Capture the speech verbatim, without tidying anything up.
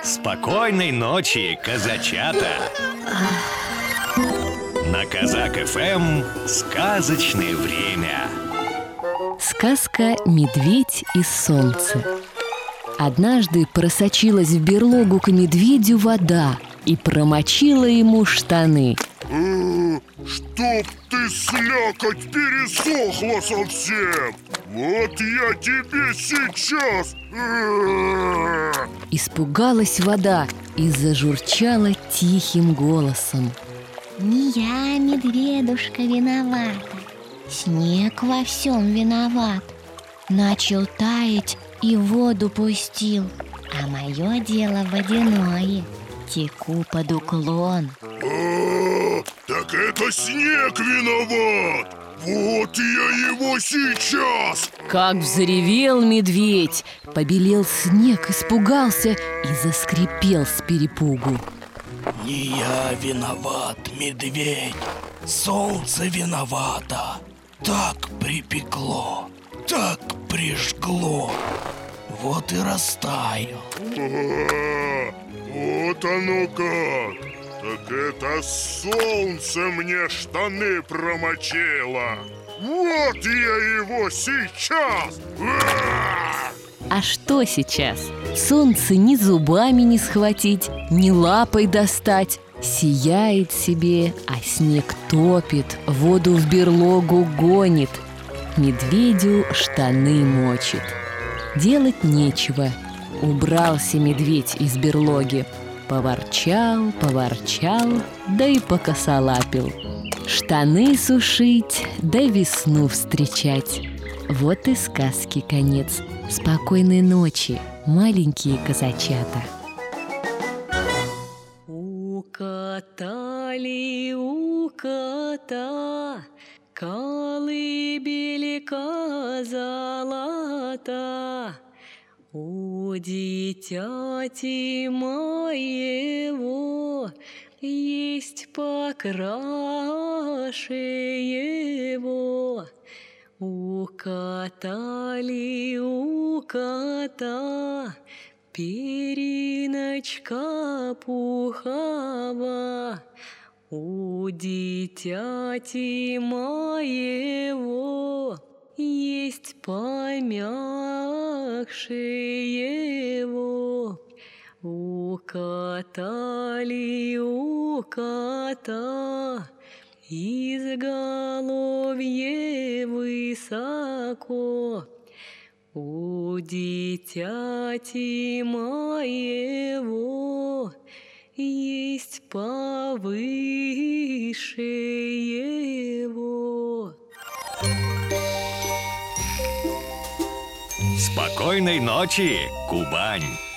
Спокойной ночи, казачата! На Казак эф эм сказочное время. Сказка «Медведь и солнце». Однажды просочилась в берлогу к медведю вода и промочила ему штаны. Э, Чтоб ты, слякоть, пересохла совсем! Вот я тебе сейчас! Э. Испугалась вода и зажурчала тихим голосом. Не я, медведушка, виновата. Снег во всем виноват. Начал таять и воду пустил. А мое дело водяное. Теку под уклон. А, так это снег виноват! Вот я его сейчас! Как взревел медведь! Побелел снег, испугался и заскрипел с перепугу. Не я виноват, медведь, солнце виновато. Так припекло, так прижгло, вот и растаял. А, вот оно как! Так это солнце мне штаны промочило! Вот я его сейчас! А! А что сейчас? Солнце ни зубами не схватить, ни лапой достать. Сияет себе, а снег топит, воду в берлогу гонит. Медведю штаны мочит. Делать нечего. Убрался медведь из берлоги. Поворчал, поворчал, да и покосолапил. Штаны сушить, да весну встречать. Вот и сказки конец. Спокойной ночи, маленькие казачата. У кота ли у кота колыбелька золота, у дитяти моего есть покраше его. У кота ли у кота периночка пухова, у дитяти моего есть помягче его. У кота ли у кота изголовье высоко, у дитяти моего есть повыше его. Спокойной ночи, Кубань!